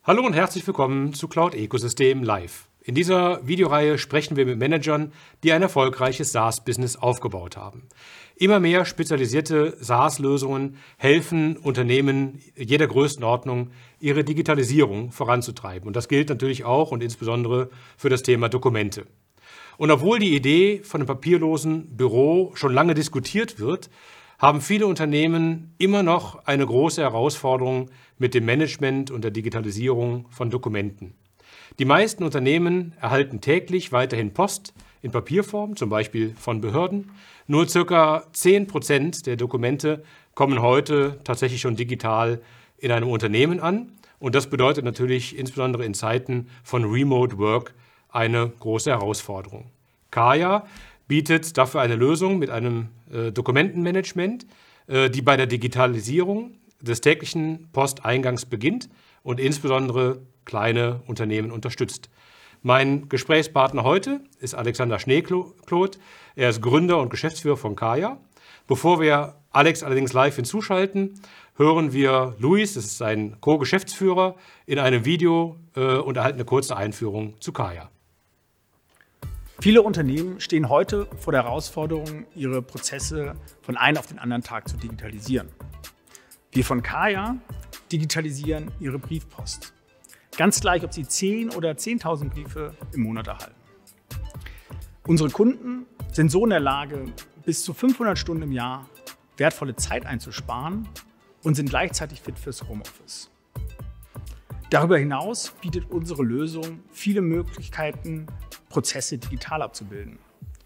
Hallo und herzlich willkommen zu Cloud Ecosystem Live. In dieser Videoreihe sprechen wir mit Managern, die ein erfolgreiches SaaS-Business aufgebaut haben. Immer mehr spezialisierte SaaS-Lösungen helfen Unternehmen jeder Größenordnung, ihre Digitalisierung voranzutreiben. Und das gilt natürlich auch und insbesondere für das Thema Dokumente. Und obwohl die Idee von einem papierlosen Büro schon lange diskutiert wird, haben viele Unternehmen immer noch eine große Herausforderung mit dem Management und der Digitalisierung von Dokumenten. Die meisten Unternehmen erhalten täglich weiterhin Post in Papierform, zum Beispiel von Behörden. Nur ca. 10% der Dokumente kommen heute tatsächlich schon digital in einem Unternehmen an. Und das bedeutet natürlich insbesondere in Zeiten von Remote Work eine große Herausforderung. Kaya bietet dafür eine Lösung mit einem Dokumentenmanagement, die bei der Digitalisierung des täglichen Posteingangs beginnt und insbesondere kleine Unternehmen unterstützt. Mein Gesprächspartner heute ist Alexander Schneekloth. Er ist Gründer und Geschäftsführer von Kaya. Bevor wir Alex allerdings live hinzuschalten, hören wir Luis, das ist sein Co-Geschäftsführer, in einem Video und erhalten eine kurze Einführung zu Kaya. Viele Unternehmen stehen heute vor der Herausforderung, ihre Prozesse von einem auf den anderen Tag zu digitalisieren. Wir von Kaya digitalisieren ihre Briefpost. Ganz gleich, ob sie 10 oder 10.000 Briefe im Monat erhalten. Unsere Kunden sind so in der Lage, bis zu 500 Stunden im Jahr wertvolle Zeit einzusparen und sind gleichzeitig fit fürs Homeoffice. Darüber hinaus bietet unsere Lösung viele Möglichkeiten, Prozesse digital abzubilden.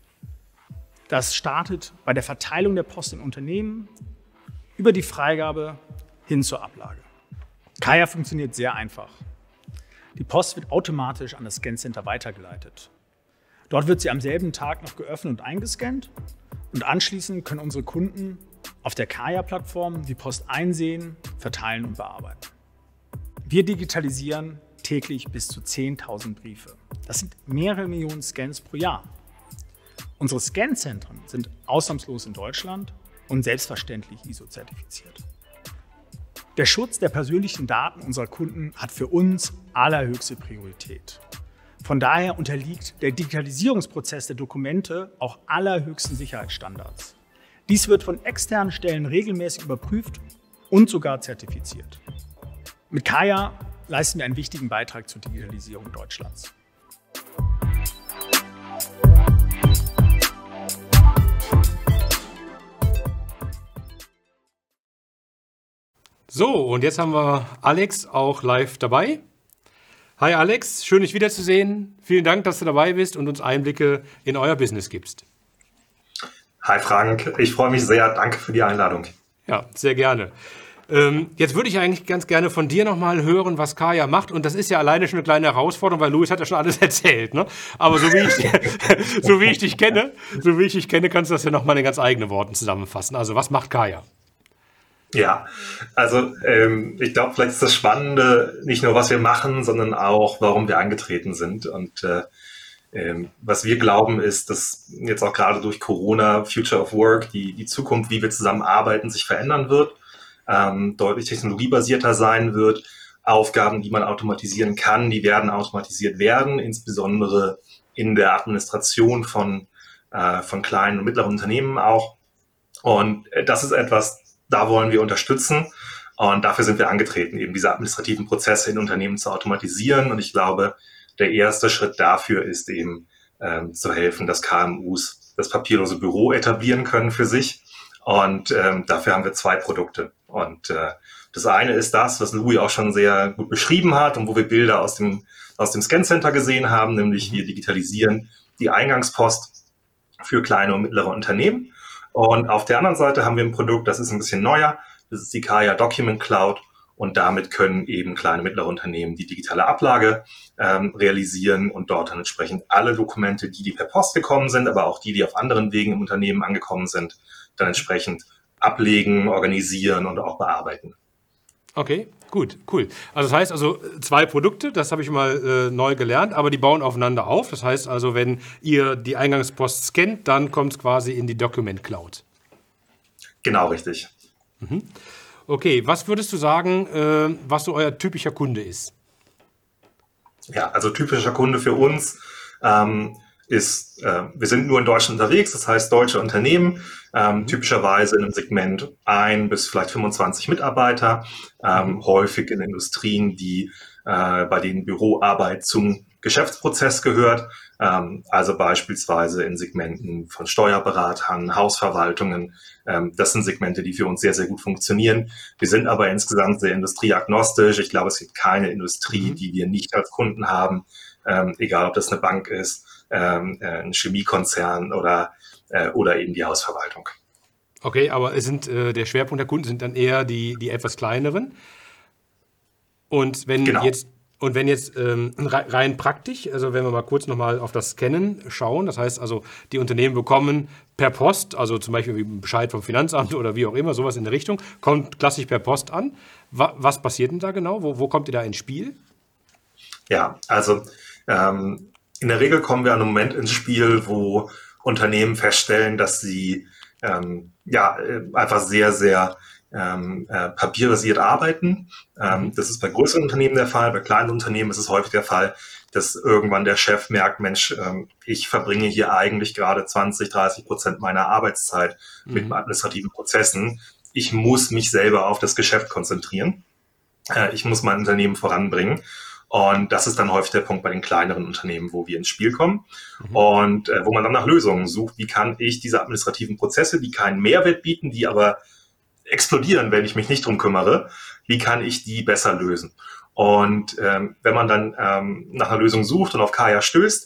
Das startet bei der Verteilung der Post in Unternehmen über die Freigabe hin zur Ablage. Kaya funktioniert sehr einfach. Die Post wird automatisch an das Scancenter weitergeleitet. Dort wird sie am selben Tag noch geöffnet und eingescannt und anschließend können unsere Kunden auf der Kaya-Plattform die Post einsehen, verteilen und bearbeiten. Wir digitalisieren täglich bis zu 10.000 Briefe. Das sind mehrere Millionen Scans pro Jahr. Unsere Scanzentren sind ausnahmslos in Deutschland und selbstverständlich ISO-zertifiziert. Der Schutz der persönlichen Daten unserer Kunden hat für uns allerhöchste Priorität. Von daher unterliegt der Digitalisierungsprozess der Dokumente auch allerhöchsten Sicherheitsstandards. Dies wird von externen Stellen regelmäßig überprüft und sogar zertifiziert. Mit Kaya leisten wir einen wichtigen Beitrag zur Digitalisierung Deutschlands. So, und jetzt haben wir Alex auch live dabei. Hi Alex, schön dich wiederzusehen. Vielen Dank, dass du dabei bist und uns Einblicke in euer Business gibst. Hi Frank, ich freue mich sehr. Danke für die Einladung. Ja, sehr gerne. Jetzt würde ich eigentlich ganz gerne von dir nochmal hören, was Kaya macht. Und das ist ja alleine schon eine kleine Herausforderung, weil Luis hat ja schon alles erzählt. Ne? Aber so wie ich dich kenne, kannst du das ja nochmal in ganz eigenen Worten zusammenfassen. Also was macht Kaya? Ja, also ich glaube, vielleicht ist das Spannende nicht nur, was wir machen, sondern auch, warum wir angetreten sind. Und was wir glauben, ist, dass jetzt auch gerade durch Corona, Future of Work, die Zukunft, wie wir zusammenarbeiten, sich verändern wird. Deutlich technologiebasierter sein wird. Aufgaben, die man automatisieren kann, die werden automatisiert werden, insbesondere in der Administration von kleinen und mittleren Unternehmen auch. Und das ist etwas, da wollen wir unterstützen. Und dafür sind wir angetreten, eben diese administrativen Prozesse in Unternehmen zu automatisieren. Und ich glaube, der erste Schritt dafür ist eben zu helfen, dass KMUs das papierlose Büro etablieren können für sich. Und dafür haben wir 2 Produkte. Und das eine ist das, was Louis auch schon sehr gut beschrieben hat und wo wir Bilder aus dem Scancenter gesehen haben, nämlich wir digitalisieren die Eingangspost für kleine und mittlere Unternehmen. Und auf der anderen Seite haben wir ein Produkt, das ist ein bisschen neuer, das ist die Kaya Document Cloud. Und damit können eben kleine und mittlere Unternehmen die digitale Ablage realisieren und dort dann entsprechend alle Dokumente, die per Post gekommen sind, aber auch die auf anderen Wegen im Unternehmen angekommen sind, dann entsprechend ablegen, organisieren und auch bearbeiten. Okay, gut, cool. Also das heißt 2 Produkte, das habe ich mal neu gelernt, aber die bauen aufeinander auf. Das heißt also, wenn ihr die Eingangspost scannt, dann kommt es quasi in die Document Cloud. Genau, richtig. Mhm. Okay, was würdest du sagen, was so euer typischer Kunde ist? Ja, also typischer Kunde für uns ist, wir sind nur in Deutschland unterwegs, das heißt deutsche Unternehmen, typischerweise in einem Segment 1 bis vielleicht 25 Mitarbeiter, häufig in Industrien, bei denen Büroarbeit zum Geschäftsprozess gehört, also beispielsweise in Segmenten von Steuerberatern, Hausverwaltungen. Das sind Segmente, die für uns sehr, sehr gut funktionieren. Wir sind aber insgesamt sehr industrieagnostisch. Ich glaube, es gibt keine Industrie, die wir nicht als Kunden haben, egal ob das eine Bank ist, ein Chemiekonzern oder eben die Hausverwaltung. Okay, aber der Schwerpunkt der Kunden sind dann eher die etwas kleineren. Und wenn jetzt rein praktisch, also wenn wir mal kurz nochmal auf das Scannen schauen, das heißt also, die Unternehmen bekommen per Post, also zum Beispiel wie Bescheid vom Finanzamt oder wie auch immer, sowas in der Richtung, kommt klassisch per Post an. Was passiert denn da genau? Wo kommt ihr da ins Spiel? Ja, also in der Regel kommen wir an einem Moment ins Spiel, wo Unternehmen feststellen, dass sie einfach sehr, sehr papierbasiert arbeiten. Das ist bei größeren Unternehmen der Fall. Bei kleinen Unternehmen ist es häufig der Fall, dass irgendwann der Chef merkt, Mensch, ich verbringe hier eigentlich gerade 20-30% meiner Arbeitszeit mit administrativen Prozessen. Ich muss mich selber auf das Geschäft konzentrieren. Ich muss mein Unternehmen voranbringen. Und das ist dann häufig der Punkt bei den kleineren Unternehmen, wo wir ins Spiel kommen und wo man dann nach Lösungen sucht. Wie kann ich diese administrativen Prozesse, die keinen Mehrwert bieten, die aber explodieren, wenn ich mich nicht drum kümmere, wie kann ich die besser lösen? Und wenn man dann nach einer Lösung sucht und auf Kaya stößt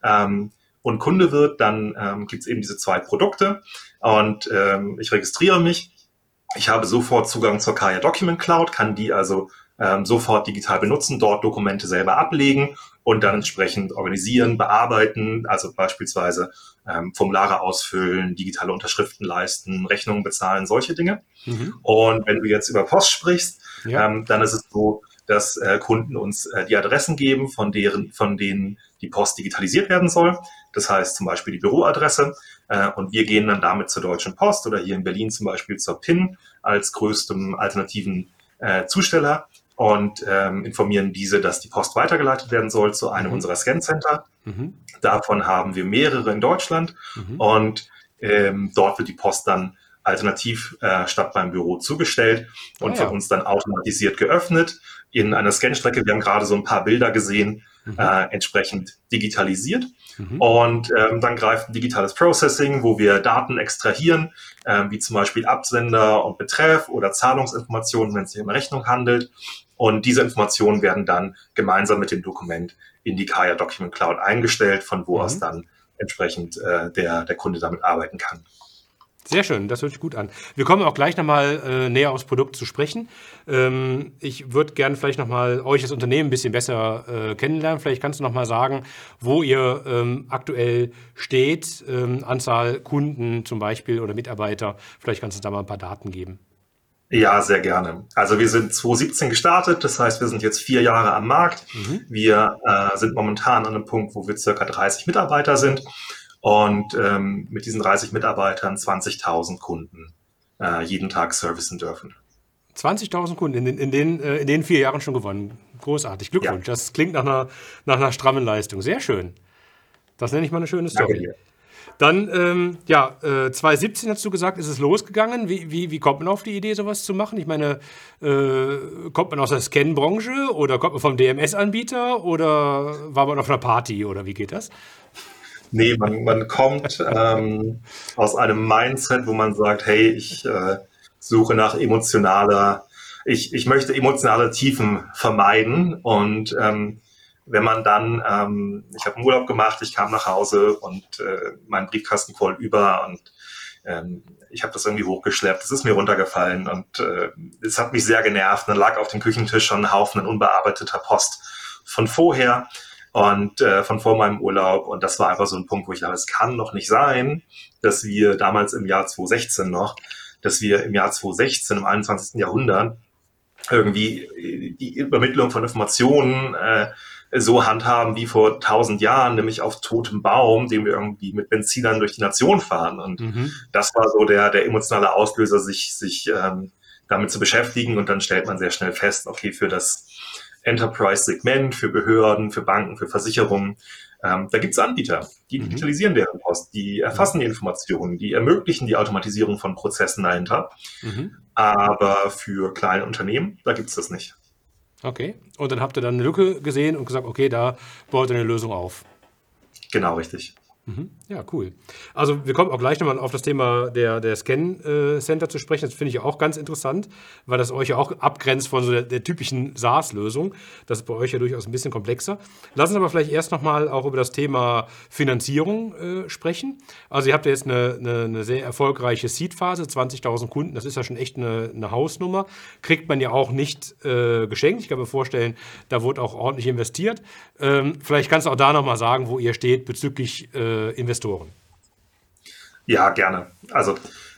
und Kunde wird, dann gibt es eben diese 2 Produkte und ich registriere mich. Ich habe sofort Zugang zur Kaya Document Cloud, kann die also sofort digital benutzen, dort Dokumente selber ablegen und dann entsprechend organisieren, bearbeiten, also beispielsweise Formulare ausfüllen, digitale Unterschriften leisten, Rechnungen bezahlen, solche Dinge. Und wenn du jetzt über Post sprichst, dann ist es so, dass Kunden uns die Adressen geben, von denen die Post digitalisiert werden soll. Das heißt zum Beispiel die Büroadresse. Und wir gehen dann damit zur Deutschen Post oder hier in Berlin zum Beispiel zur PIN als größtem alternativen Zusteller und informieren diese, dass die Post weitergeleitet werden soll zu einem unserer Scan-Center. Davon haben wir mehrere in Deutschland und dort wird die Post dann alternativ statt beim Büro zugestellt und von uns dann automatisiert geöffnet in einer Scanstrecke. Wir haben gerade so ein paar Bilder gesehen, entsprechend digitalisiert. Und dann greift ein digitales Processing, wo wir Daten extrahieren, wie zum Beispiel Absender und Betreff oder Zahlungsinformationen, wenn es sich um eine Rechnung handelt. Und diese Informationen werden dann gemeinsam mit dem Dokument in die Kaya Document Cloud eingestellt, von wo aus dann entsprechend der Kunde damit arbeiten kann. Sehr schön, das hört sich gut an. Wir kommen auch gleich nochmal näher aufs Produkt zu sprechen. Ich würde gerne vielleicht nochmal euch das Unternehmen ein bisschen besser kennenlernen. Vielleicht kannst du nochmal sagen, wo ihr aktuell steht, Anzahl Kunden zum Beispiel oder Mitarbeiter. Vielleicht kannst du da mal ein paar Daten geben. Ja, sehr gerne. Also wir sind 2017 gestartet, das heißt, wir sind jetzt 4 Jahre am Markt. Wir sind momentan an einem Punkt, wo wir circa 30 Mitarbeiter sind. Und mit diesen 30 Mitarbeitern 20.000 Kunden jeden Tag servicen dürfen. 20.000 Kunden in den 4 Jahren schon gewonnen. Großartig, Glückwunsch. Ja. Das klingt nach einer strammen Leistung. Sehr schön. Das nenne ich mal eine schöne Story. Danke dir. Dann, 2017 hast du gesagt, ist es losgegangen. Wie kommt man auf die Idee, sowas zu machen? Ich meine, kommt man aus der Scan-Branche oder kommt man vom DMS-Anbieter oder war man auf einer Party oder wie geht das? Nee, man kommt aus einem Mindset, wo man sagt, hey, ich suche nach ich möchte emotionale Tiefen vermeiden. Und wenn man dann, ich habe einen Urlaub gemacht, ich kam nach Hause und mein Briefkasten voll über und ich habe das irgendwie hochgeschleppt, es ist mir runtergefallen und es hat mich sehr genervt. Dann lag auf dem Küchentisch schon ein Haufen unbearbeiteter Post von vorher. Und von vor meinem Urlaub. Und das war einfach so ein Punkt, wo ich dachte, es kann doch nicht sein, dass wir damals im Jahr 2016 im 21. Jahrhundert irgendwie die Übermittlung von Informationen so handhaben wie vor 1000 Jahren, nämlich auf totem Baum, den wir irgendwie mit Benzinern durch die Nation fahren. Und das war so der emotionale Auslöser, sich damit zu beschäftigen. Und dann stellt man sehr schnell fest, okay, für das Enterprise-Segment für Behörden, für Banken, für Versicherungen. Da gibt es Anbieter, die digitalisieren deren Post, die erfassen die Informationen, die ermöglichen die Automatisierung von Prozessen dahinter. Aber für kleine Unternehmen, da gibt es das nicht. Okay, und dann habt ihr dann eine Lücke gesehen und gesagt, okay, da baut ihr eine Lösung auf. Genau, richtig. Ja, cool. Also wir kommen auch gleich nochmal auf das Thema der Scan-Center zu sprechen. Das finde ich auch ganz interessant, weil das euch ja auch abgrenzt von so der typischen SaaS-Lösung. Das ist bei euch ja durchaus ein bisschen komplexer. Lass uns aber vielleicht erst nochmal auch über das Thema Finanzierung sprechen. Also ihr habt ja jetzt eine sehr erfolgreiche Seed-Phase, 20.000 Kunden. Das ist ja schon echt eine Hausnummer. Kriegt man ja auch nicht geschenkt. Ich kann mir vorstellen, da wurde auch ordentlich investiert. Vielleicht kannst du auch da nochmal sagen, wo ihr steht bezüglich Investoren. Ja, gerne. Also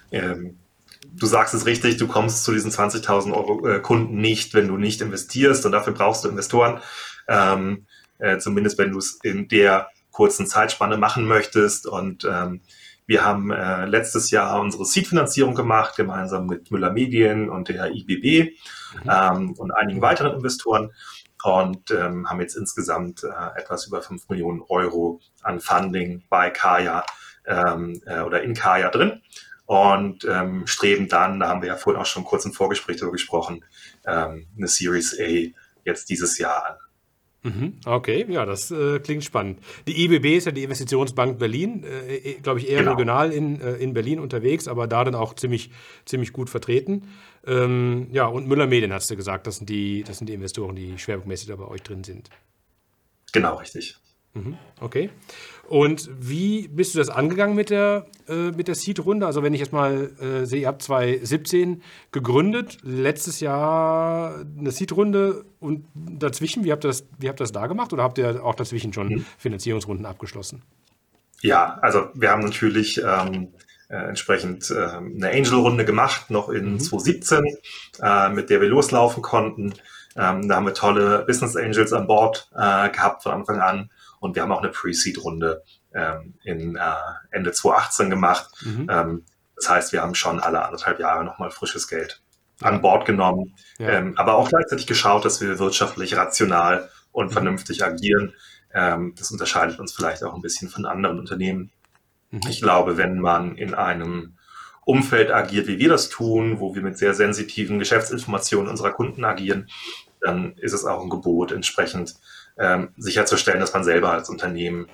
du sagst es richtig, du kommst zu diesen 20.000 Euro Kunden nicht, wenn du nicht investierst, und dafür brauchst du Investoren, zumindest wenn du es in der kurzen Zeitspanne machen möchtest. Und wir haben letztes Jahr unsere Seed-Finanzierung gemacht, gemeinsam mit Müller Medien und der IBB und einigen weiteren Investoren. Und haben jetzt insgesamt etwas über 5 Millionen Euro an Funding bei Kaya oder in Kaya drin und streben dann, da haben wir ja vorhin auch schon kurz im Vorgespräch darüber gesprochen, eine Series A jetzt dieses Jahr an. Okay, ja, das klingt spannend. Die IBB ist ja die Investitionsbank Berlin, glaube ich, eher regional in Berlin unterwegs, aber da dann auch ziemlich gut vertreten. Ja, und Müller Medien, hast du gesagt, das sind die Investoren, die schwerpunktmäßig da bei euch drin sind. Genau, richtig. Okay. Und wie bist du das angegangen mit der Seed-Runde? Also wenn ich jetzt mal sehe, ihr habt 2017 gegründet, letztes Jahr eine Seed-Runde und dazwischen, wie habt ihr das da gemacht, oder habt ihr auch dazwischen schon Finanzierungsrunden abgeschlossen? Ja, also wir haben natürlich entsprechend eine Angel-Runde gemacht, noch in 2017, mit der wir loslaufen konnten. Da haben wir tolle Business Angels an Bord gehabt von Anfang an. Und wir haben auch eine Pre-Seed-Runde in Ende 2018 gemacht. Das heißt, wir haben schon alle 1,5 Jahre nochmal frisches Geld an Bord genommen. Aber auch gleichzeitig geschaut, dass wir wirtschaftlich rational und vernünftig agieren. Das unterscheidet uns vielleicht auch ein bisschen von anderen Unternehmen. Ich glaube, wenn man in einem Umfeld agiert, wie wir das tun, wo wir mit sehr sensitiven Geschäftsinformationen unserer Kunden agieren, dann ist es auch ein Gebot, entsprechend sicherzustellen, dass man selber als Unternehmen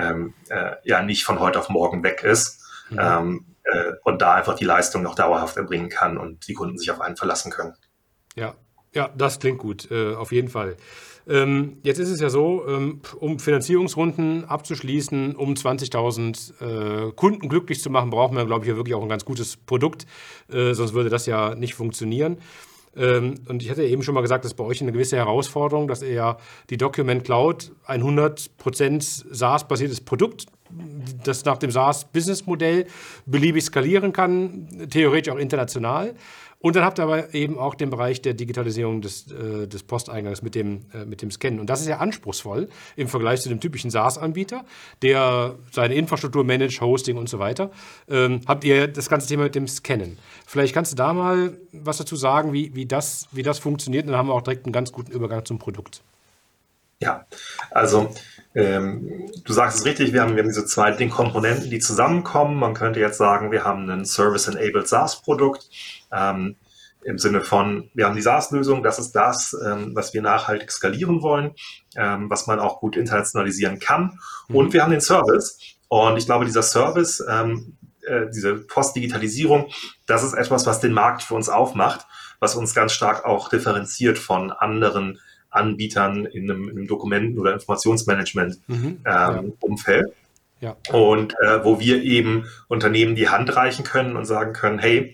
ja nicht von heute auf morgen weg ist und da einfach die Leistung noch dauerhaft erbringen kann und die Kunden sich auf einen verlassen können. Ja, das klingt gut, auf jeden Fall. Jetzt ist es ja so, um Finanzierungsrunden abzuschließen, um 20.000 Kunden glücklich zu machen, braucht man, glaube ich, ja wirklich auch ein ganz gutes Produkt, sonst würde das ja nicht funktionieren. Und ich hatte eben schon mal gesagt, das ist bei euch eine gewisse Herausforderung, dass ihr ja die Document Cloud, ein 100% SaaS-basiertes Produkt, das nach dem SaaS-Business-Modell beliebig skalieren kann, theoretisch auch international. Und dann habt ihr aber eben auch den Bereich der Digitalisierung des Posteingangs mit dem Scannen. Und das ist ja anspruchsvoll im Vergleich zu dem typischen SaaS-Anbieter, der seine Infrastruktur managt, Hosting und so weiter. Habt ihr das ganze Thema mit dem Scannen. Vielleicht kannst du da mal was dazu sagen, wie das funktioniert. Und dann haben wir auch direkt einen ganz guten Übergang zum Produkt. Ja, also du sagst es richtig, wir haben diese zwei Komponenten, die zusammenkommen. Man könnte jetzt sagen, wir haben ein Service-Enabled SaaS-Produkt. Im Sinne von, wir haben die SaaS-Lösung, das ist das, was wir nachhaltig skalieren wollen, was man auch gut internationalisieren kann. Und wir haben den Service. Und ich glaube, dieser Service, diese Postdigitalisierung, das ist etwas, was den Markt für uns aufmacht, was uns ganz stark auch differenziert von anderen Anbietern in einem Dokumenten- oder Informationsmanagement-Umfeld. Ja. Und wo wir eben Unternehmen die Hand reichen können und sagen können, hey,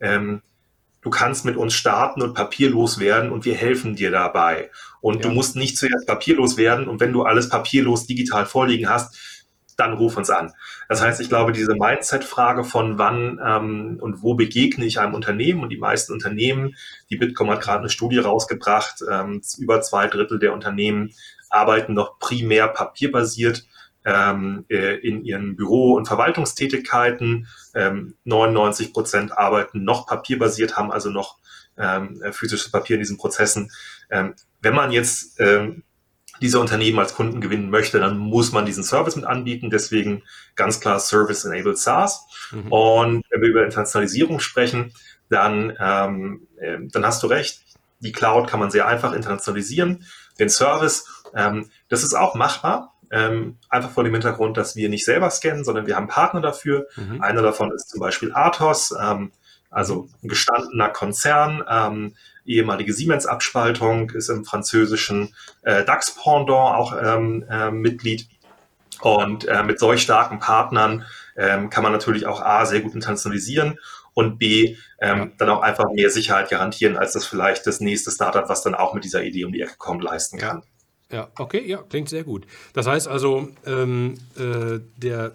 du kannst mit uns starten und papierlos werden und wir helfen dir dabei. Und du musst nicht zuerst papierlos werden, und wenn du alles papierlos digital vorliegen hast, dann ruf uns an. Das heißt, ich glaube, diese Mindset-Frage von wann und wo begegne ich einem Unternehmen, und die meisten Unternehmen, die Bitkom hat gerade eine Studie rausgebracht, über 2/3 der Unternehmen arbeiten noch primär papierbasiert. in ihren Büro- und Verwaltungstätigkeiten. 99% arbeiten noch papierbasiert, haben also noch physisches Papier in diesen Prozessen. Wenn man jetzt diese Unternehmen als Kunden gewinnen möchte, dann muss man diesen Service mit anbieten. Deswegen ganz klar Service-Enabled SaaS. Und wenn wir über Internationalisierung sprechen, dann hast du recht. Die Cloud kann man sehr einfach internationalisieren. Den Service, das ist auch machbar. Einfach vor dem Hintergrund, dass wir nicht selber scannen, sondern wir haben Partner dafür. Einer davon ist zum Beispiel Atos, also ein gestandener Konzern, ehemalige Siemens-Abspaltung, ist im französischen DAX-Pendant auch Mitglied. Und mit solch starken Partnern kann man natürlich auch A, sehr gut internationalisieren und B, dann auch einfach mehr Sicherheit garantieren, als das vielleicht das nächste Startup, was dann auch mit dieser Idee um die Ecke kommt, leisten kann. Ja, okay, ja, klingt sehr gut. Das heißt also, der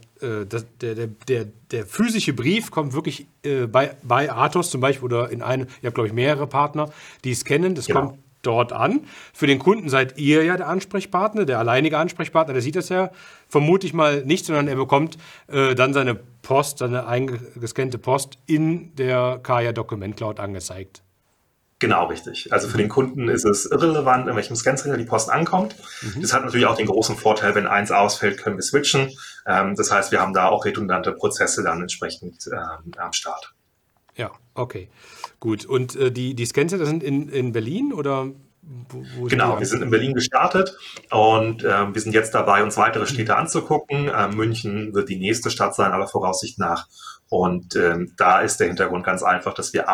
physische Brief kommt wirklich bei Atos zum Beispiel oder ihr habt, glaube ich, mehrere Partner, die es kennen, das kommt dort an. Für den Kunden seid ihr ja der Ansprechpartner, der alleinige Ansprechpartner, der sieht das ja vermutlich mal nicht, sondern er bekommt dann seine Post, seine eingescannte Post in der Kaya Document Cloud angezeigt. Genau, richtig. Also für den Kunden ist es irrelevant, in welchem Scan-Center die Post ankommt. Das hat natürlich auch den großen Vorteil, wenn eins ausfällt, können wir switchen. Das heißt, wir haben da auch redundante Prozesse dann entsprechend am Start. Ja, okay. Gut. Und die Scan-Center sind in Berlin oder wo Genau, wir sind in Berlin gestartet und wir sind jetzt dabei, uns weitere Städte anzugucken. München wird die nächste Stadt sein, aller Voraussicht nach. Und da ist der Hintergrund ganz einfach, dass wir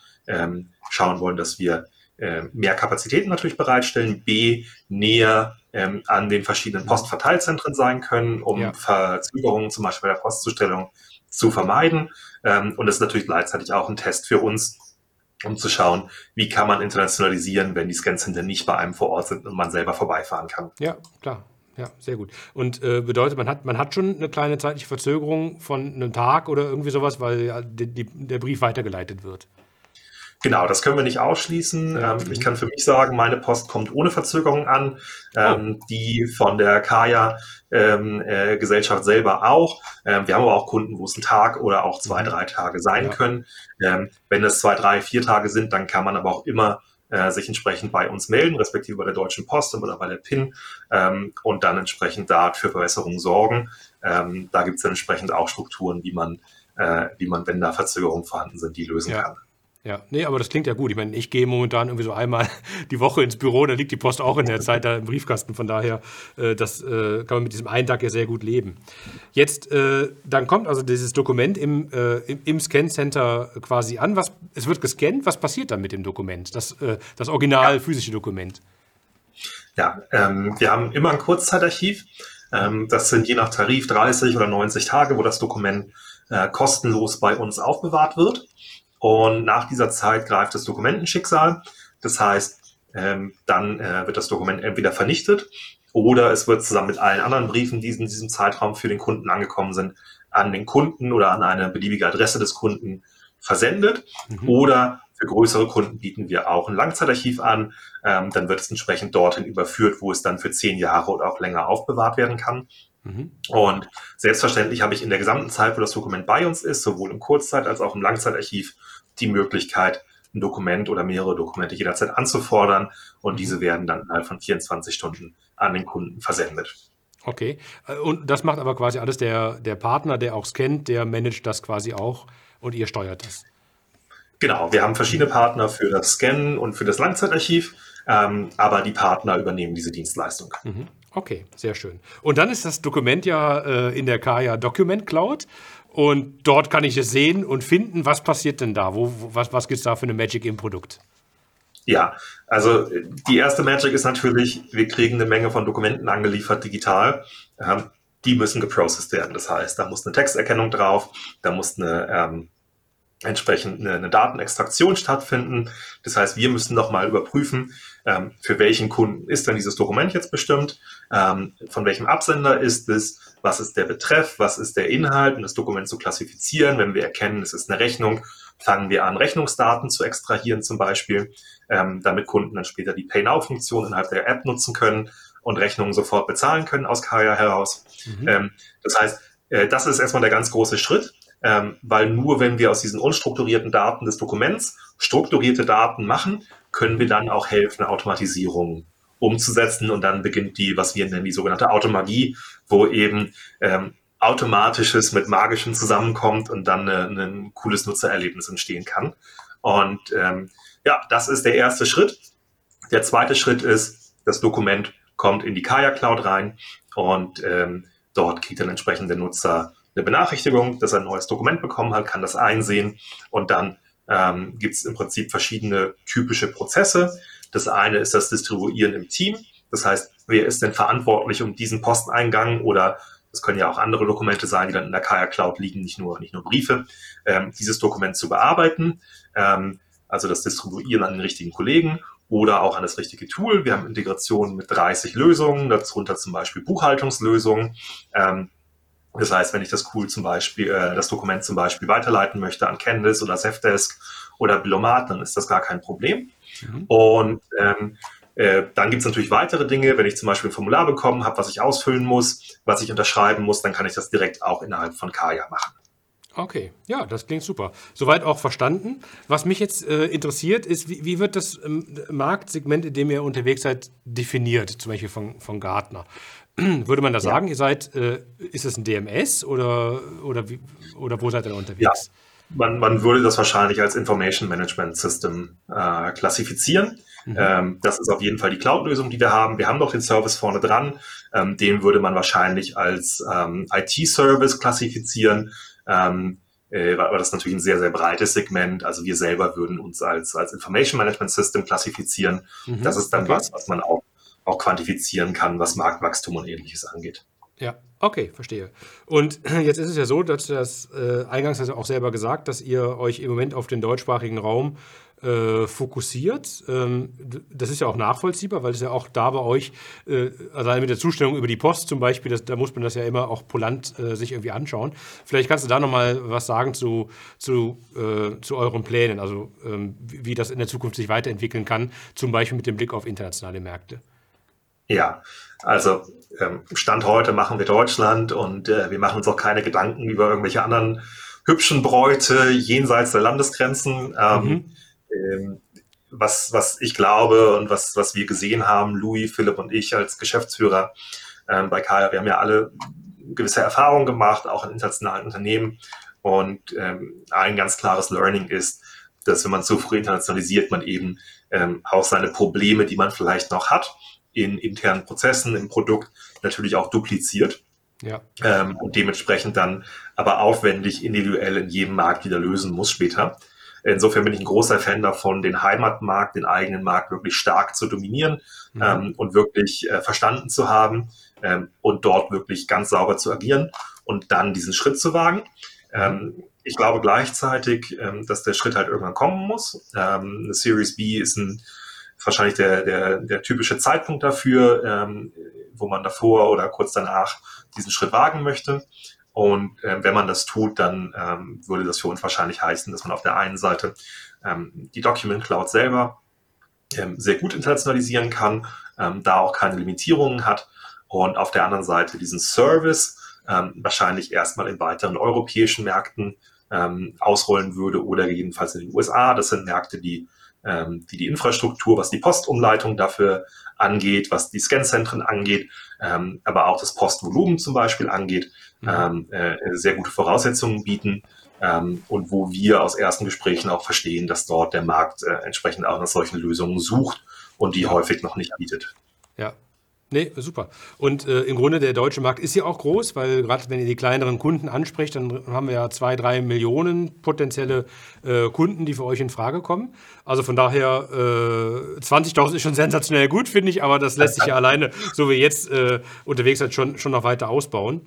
schauen wollen, dass wir mehr Kapazitäten natürlich bereitstellen, B, näher an den verschiedenen Postverteilzentren sein können, um Verzögerungen zum Beispiel bei der Postzustellung zu vermeiden. Und das ist natürlich gleichzeitig auch ein Test für uns, um zu schauen, wie kann man internationalisieren, wenn die Scan-Center nicht bei einem vor Ort sind und man selber vorbeifahren kann. Ja, klar. Ja, sehr gut. Und bedeutet, man hat schon eine kleine zeitliche Verzögerung von einem Tag oder irgendwie sowas, weil der Brief weitergeleitet wird. Genau, das können wir nicht ausschließen. Ich kann für mich sagen, meine Post kommt ohne Verzögerung an, die von der Kaya Gesellschaft selber auch. Wir haben aber auch Kunden, wo es ein Tag oder auch 2-3 Tage sein können. Wenn es 2, 3, 4 Tage sind, dann kann man aber auch immer sich entsprechend bei uns melden, respektive bei der Deutschen Post oder bei der PIN und dann entsprechend da für Verbesserungen sorgen. Da gibt es dann entsprechend auch Strukturen, wie man, wenn da Verzögerungen vorhanden sind, die lösen kann. Ja, nee, aber das klingt ja gut. Ich meine, ich gehe momentan irgendwie so einmal die Woche ins Büro, da liegt die Post auch in der Zeit da im Briefkasten. Von daher, das kann man mit diesem einen Tag ja sehr gut leben. Jetzt, dann kommt also dieses Dokument im Scan-Center quasi an. Es wird gescannt. Was passiert dann mit dem Dokument? Das original physische Dokument? Ja, wir haben immer ein Kurzzeitarchiv. Das sind je nach Tarif 30 oder 90 Tage, wo das Dokument kostenlos bei uns aufbewahrt wird. Und nach dieser Zeit greift das Dokumentenschicksal. Das heißt, dann wird das Dokument entweder vernichtet oder es wird zusammen mit allen anderen Briefen, die in diesem Zeitraum für den Kunden angekommen sind, an den Kunden oder an eine beliebige Adresse des Kunden versendet. Oder für größere Kunden bieten wir auch ein Langzeitarchiv an. Dann wird es entsprechend dorthin überführt, wo es dann für 10 Jahre oder auch länger aufbewahrt werden kann. Und selbstverständlich habe ich in der gesamten Zeit, wo das Dokument bei uns ist, sowohl im Kurzzeit- als auch im Langzeitarchiv, die Möglichkeit, ein Dokument oder mehrere Dokumente jederzeit anzufordern und diese werden dann innerhalb von 24 Stunden an den Kunden versendet. Okay, und das macht aber quasi alles der Partner, der auch scannt, der managt das quasi auch und ihr steuert das. Genau, wir haben verschiedene Partner für das Scannen und für das Langzeitarchiv, aber die Partner übernehmen diese Dienstleistung. Okay, sehr schön. Und dann ist das Dokument ja in der Kaya Document Cloud und dort kann ich es sehen und finden. Was passiert denn da? Was gibt es da für eine Magic im Produkt? Ja, also die erste Magic ist natürlich, wir kriegen eine Menge von Dokumenten angeliefert digital. Die müssen geprocessed werden. Das heißt, da muss eine Texterkennung drauf, da muss entsprechend eine Datenextraktion stattfinden. Das heißt, wir müssen nochmal überprüfen, für welchen Kunden ist denn dieses Dokument jetzt bestimmt, von welchem Absender ist es, was ist der Betreff, was ist der Inhalt, um das Dokument zu klassifizieren. Wenn wir erkennen, es ist eine Rechnung, fangen wir an, Rechnungsdaten zu extrahieren zum Beispiel, damit Kunden dann später die Pay-Now-Funktion innerhalb der App nutzen können und Rechnungen sofort bezahlen können aus Kaya heraus. Das heißt, das ist erstmal der ganz große Schritt, weil nur wenn wir aus diesen unstrukturierten Daten des Dokuments strukturierte Daten machen, können wir dann auch helfen, Automatisierung umzusetzen, und dann beginnt die, was wir nennen, die sogenannte Automagie, wo eben Automatisches mit Magischem zusammenkommt und dann ein cooles Nutzererlebnis entstehen kann. Und das ist der erste Schritt. Der zweite Schritt ist, das Dokument kommt in die Kaya Cloud rein und dort kriegt dann entsprechend der Nutzer eine Benachrichtigung, dass er ein neues Dokument bekommen hat, kann das einsehen, und dann gibt es im Prinzip verschiedene typische Prozesse. Das eine ist das Distribuieren im Team. Das heißt, wer ist denn verantwortlich um diesen Posteingang, oder das können ja auch andere Dokumente sein, die dann in der Kaya Cloud liegen, nicht nur Briefe, dieses Dokument zu bearbeiten, also das Distribuieren an den richtigen Kollegen oder auch an das richtige Tool. Wir haben Integrationen mit 30 Lösungen, darunter zum Beispiel Buchhaltungslösungen. Das heißt, wenn ich das Dokument zum Beispiel weiterleiten möchte an Candice oder Zendesk oder Bilomat, dann ist das gar kein Problem. Und dann gibt es natürlich weitere Dinge. Wenn ich zum Beispiel ein Formular bekommen habe, was ich ausfüllen muss, was ich unterschreiben muss, dann kann ich das direkt auch innerhalb von Kaya machen. Okay, ja, das klingt super. Soweit auch verstanden. Was mich jetzt interessiert, ist, wie wird das Marktsegment, in dem ihr unterwegs seid, definiert, zum Beispiel von Gartner? Würde man da sagen, ihr seid, ist es ein DMS oder wo seid ihr da unterwegs? Ja, man würde das wahrscheinlich als Information Management System klassifizieren. Das ist auf jeden Fall die Cloud-Lösung, die wir haben. Wir haben noch den Service vorne dran. Den würde man wahrscheinlich als IT-Service klassifizieren. Aber das ist natürlich ein sehr, sehr breites Segment. Also wir selber würden uns als Information Management System klassifizieren. Das ist dann was man auch quantifizieren kann, was Marktwachstum und Ähnliches angeht. Ja, okay, verstehe. Und jetzt ist es ja so, dass das eingangs also auch selber gesagt, dass ihr euch im Moment auf den deutschsprachigen Raum fokussiert. Das ist ja auch nachvollziehbar, weil es ja auch da bei euch, allein mit der Zustellung über die Post zum Beispiel, da muss man das ja immer auch kulant sich irgendwie anschauen. Vielleicht kannst du da nochmal was sagen zu euren Plänen, also wie das in der Zukunft sich weiterentwickeln kann, zum Beispiel mit dem Blick auf internationale Märkte. Ja, also Stand heute machen wir Deutschland, und wir machen uns auch keine Gedanken über irgendwelche anderen hübschen Bräute jenseits der Landesgrenzen. Was ich glaube und was wir gesehen haben, Louis, Philipp und ich als Geschäftsführer bei Kaya, wir haben ja alle gewisse Erfahrungen gemacht, auch in internationalen Unternehmen. Und ein ganz klares Learning ist, dass wenn man zu früh internationalisiert, man eben auch seine Probleme, die man vielleicht noch hat, in internen Prozessen, im Produkt natürlich auch dupliziert. Ja. Und dementsprechend dann aber aufwendig individuell in jedem Markt wieder lösen muss später. Insofern bin ich ein großer Fan davon, den Heimatmarkt, den eigenen Markt wirklich stark zu dominieren und wirklich verstanden zu haben und dort wirklich ganz sauber zu agieren und dann diesen Schritt zu wagen. Ich glaube gleichzeitig, dass der Schritt halt irgendwann kommen muss. Eine Series B ist wahrscheinlich der typische Zeitpunkt dafür, wo man davor oder kurz danach diesen Schritt wagen möchte. Und wenn man das tut, dann würde das für uns wahrscheinlich heißen, dass man auf der einen Seite die Document Cloud selber sehr gut internationalisieren kann, da auch keine Limitierungen hat, und auf der anderen Seite diesen Service wahrscheinlich erstmal in weiteren europäischen Märkten ausrollen würde oder jedenfalls in den USA. Das sind Märkte, die Infrastruktur, was die Postumleitung dafür angeht, was die Scanzentren angeht, aber auch das Postvolumen zum Beispiel angeht, sehr gute Voraussetzungen bieten und wo wir aus ersten Gesprächen auch verstehen, dass dort der Markt entsprechend auch nach solchen Lösungen sucht und die häufig noch nicht bietet. Ja. Nee, super. Und im Grunde der deutsche Markt ist ja auch groß, weil gerade wenn ihr die kleineren Kunden ansprecht, dann haben wir ja 2-3 Millionen potenzielle Kunden, die für euch in Frage kommen. Also von daher 20.000 ist schon sensationell gut, finde ich, aber das lässt sich ja alleine, so wie jetzt unterwegs seid, schon noch weiter ausbauen.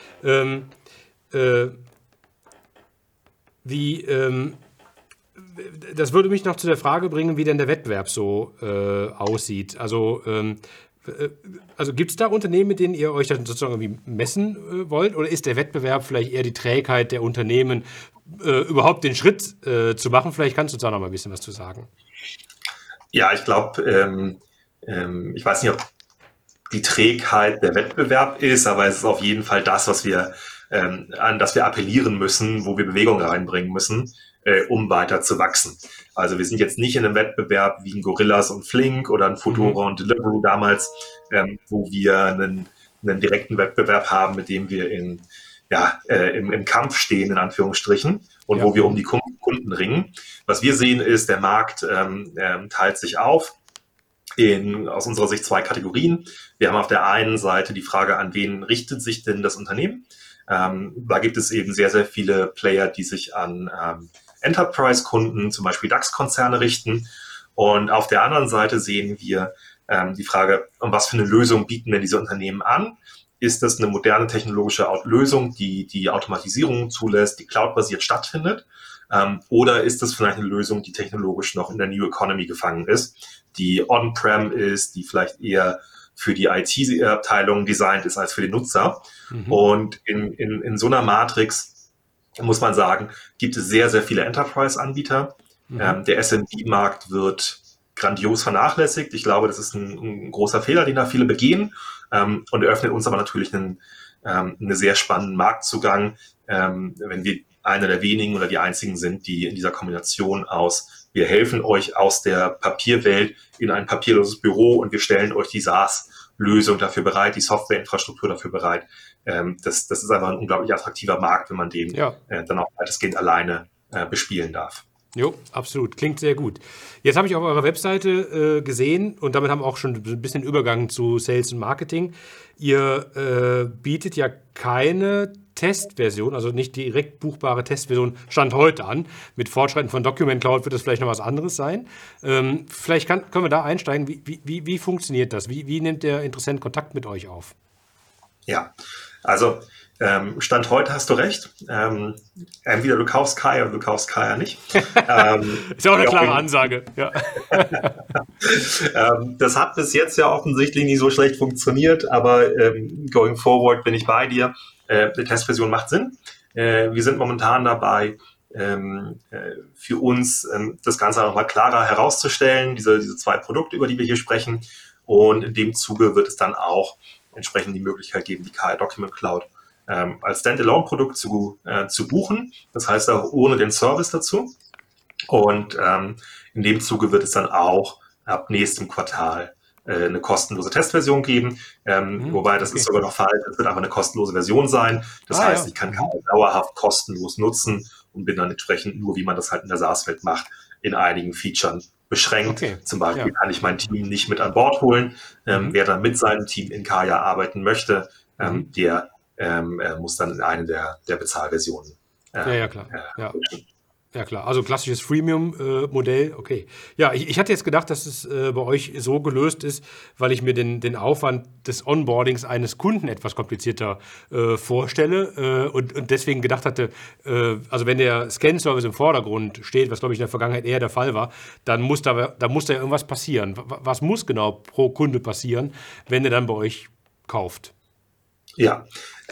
Das würde mich noch zu der Frage bringen, wie denn der Wettbewerb so aussieht. Also gibt es da Unternehmen, mit denen ihr euch dann sozusagen irgendwie messen wollt? Oder ist der Wettbewerb vielleicht eher die Trägheit der Unternehmen, überhaupt den Schritt zu machen? Vielleicht kannst du da noch mal ein bisschen was zu sagen. Ja, ich glaube, ich weiß nicht, ob die Trägheit der Wettbewerb ist, aber es ist auf jeden Fall das, was wir an das wir appellieren müssen, wo wir Bewegung reinbringen müssen, um weiter zu wachsen. Also wir sind jetzt nicht in einem Wettbewerb wie ein Gorillas und Flink oder ein Fudora und Deliveroo damals, wo wir einen direkten Wettbewerb haben, mit dem wir im Kampf stehen, in Anführungsstrichen, und wo wir um die Kunden ringen. Was wir sehen ist, der Markt teilt sich auf aus unserer Sicht 2 Kategorien. Wir haben auf der einen Seite die Frage, an wen richtet sich denn das Unternehmen? Da gibt es eben sehr, sehr viele Player, die sich an Enterprise-Kunden, zum Beispiel DAX-Konzerne richten. Und auf der anderen Seite sehen wir die Frage, was für eine Lösung bieten denn diese Unternehmen an? Ist das eine moderne technologische Lösung, die Automatisierung zulässt, die cloud-basiert stattfindet? Oder ist das vielleicht eine Lösung, die technologisch noch in der New Economy gefangen ist, die on-prem ist, die vielleicht eher für die IT-Abteilung designt ist als für den Nutzer? Und in so einer Matrix, muss man sagen, gibt es sehr, sehr viele Enterprise-Anbieter. Der SMB-Markt wird grandios vernachlässigt. Ich glaube, das ist ein großer Fehler, den da viele begehen, und eröffnet uns aber natürlich einen sehr spannenden Marktzugang, wenn wir einer der wenigen oder die einzigen sind, die in dieser Kombination aus, wir helfen euch aus der Papierwelt in ein papierloses Büro und wir stellen euch die SaaS-Lösung dafür bereit, die Softwareinfrastruktur dafür bereit. Das ist einfach ein unglaublich attraktiver Markt, wenn man den dann auch weitestgehend alleine bespielen darf. Jo, absolut. Klingt sehr gut. Jetzt habe ich auf eurer Webseite gesehen, und damit haben wir auch schon ein bisschen Übergang zu Sales und Marketing. Ihr bietet ja keine Testversion, also nicht direkt buchbare Testversion, Stand heute an. Mit Fortschreiten von Document Cloud wird das vielleicht noch was anderes sein. Vielleicht können wir da einsteigen. Wie funktioniert das? Wie nimmt der Interessent Kontakt mit euch auf? Ja, also Stand heute hast du recht. Entweder du kaufst Kaya oder du kaufst Kaya nicht. Ist ja auch eine klare Ansage. Ja. Das hat bis jetzt ja offensichtlich nicht so schlecht funktioniert, aber going forward bin ich bei dir. Eine Testversion macht Sinn. Wir sind momentan dabei, für uns das Ganze nochmal klarer herauszustellen, diese 2 Produkte, über die wir hier sprechen. Und in dem Zuge wird es dann auch entsprechend die Möglichkeit geben, die Kaya Document Cloud als Standalone-Produkt zu buchen. Das heißt auch ohne den Service dazu. Und in dem Zuge wird es dann auch ab nächstem Quartal eine kostenlose Testversion geben. Wobei, das ist sogar noch falsch. Es wird einfach eine kostenlose Version sein. Das heißt, ich kann Kaya dauerhaft kostenlos nutzen und bin dann entsprechend nur, wie man das halt in der SaaS-Welt macht, in einigen Features beschränkt. Zum Beispiel kann ich mein Team nicht mit an Bord holen. Wer dann mit seinem Team in Kaya arbeiten möchte, der muss dann in eine der Bezahlversionen. Klar. Ja, klar. Also klassisches Freemium-Modell. Okay. Ja, ich hatte jetzt gedacht, dass es bei euch so gelöst ist, weil ich mir den Aufwand des Onboardings eines Kunden etwas komplizierter vorstelle und deswegen gedacht hatte, also wenn der Scan-Service im Vordergrund steht, was glaube ich in der Vergangenheit eher der Fall war, dann muss da ja irgendwas passieren. Was muss genau pro Kunde passieren, wenn er dann bei euch kauft? Ja,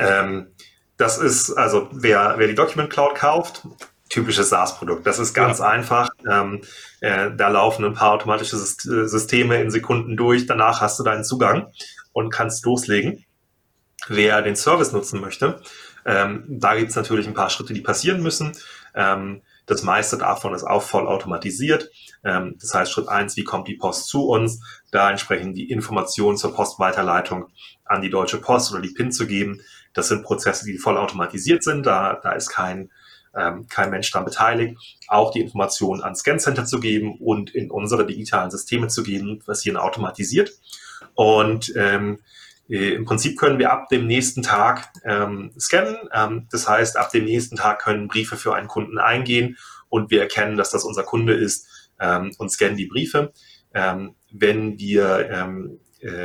das ist, also wer die Document Cloud kauft, typisches SaaS-Produkt. Das ist ganz einfach. Da laufen ein paar automatische Systeme in Sekunden durch. Danach hast du deinen Zugang und kannst loslegen. Wer den Service nutzen möchte, da gibt es natürlich ein paar Schritte, die passieren müssen. Das meiste davon ist auch voll automatisiert. Das heißt, Schritt 1, wie kommt die Post zu uns? Da entsprechend die Informationen zur Postweiterleitung an die Deutsche Post oder die PIN zu geben. Das sind Prozesse, die voll automatisiert sind. Da ist kein Mensch daran beteiligt. Auch die Informationen ans Scan-Center zu geben und in unsere digitalen Systeme zu geben, passieren automatisiert. Und im Prinzip können wir ab dem nächsten Tag scannen. Das heißt, ab dem nächsten Tag können Briefe für einen Kunden eingehen und wir erkennen, dass das unser Kunde ist und scannen die Briefe. Wenn wir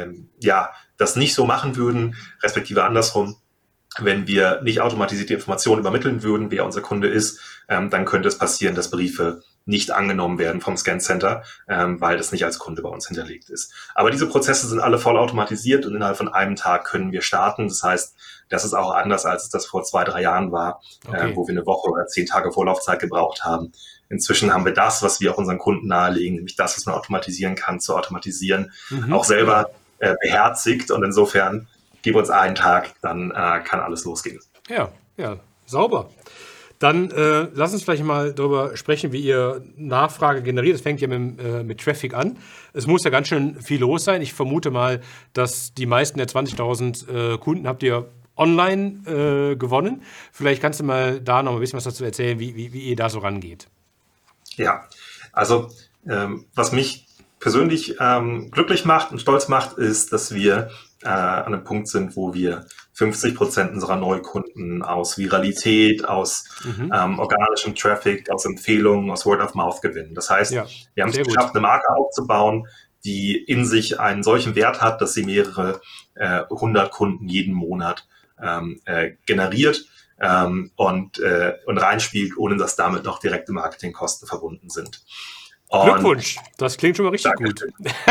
das nicht so machen würden, respektive andersrum, wenn wir nicht automatisierte Informationen übermitteln würden, wer unser Kunde ist, dann könnte es passieren, dass Briefe nicht angenommen werden vom Scan-Center, weil das nicht als Kunde bei uns hinterlegt ist. Aber diese Prozesse sind alle voll automatisiert und innerhalb von einem Tag können wir starten. Das heißt, das ist auch anders, als es das vor 2-3 Jahren war, wo wir eine Woche oder 10 Tage Vorlaufzeit gebraucht haben. Inzwischen haben wir das, was wir auch unseren Kunden nahelegen, nämlich das, was man automatisieren kann, zu automatisieren. Auch selber beherzigt. Und insofern gib uns einen Tag, dann kann alles losgehen. Ja, sauber. Dann lass uns vielleicht mal darüber sprechen, wie ihr Nachfrage generiert. Es fängt ja mit Traffic an. Es muss ja ganz schön viel los sein. Ich vermute mal, dass die meisten der 20.000 Kunden habt ihr online gewonnen. Vielleicht kannst du mal da noch ein bisschen was dazu erzählen, wie ihr da so rangeht. Ja, also was mich persönlich glücklich macht und stolz macht, ist, dass wir an einem Punkt sind, wo wir 50% unserer Neukunden aus Viralität, aus organischem Traffic, aus Empfehlungen, aus Word of Mouth gewinnen. Das heißt, wir haben es geschafft, eine Marke aufzubauen, die in sich einen solchen Wert hat, dass sie mehrere 100 Kunden jeden Monat generiert und reinspielt, ohne dass damit noch direkte Marketingkosten verbunden sind. Und Glückwunsch, das klingt schon mal richtig gut.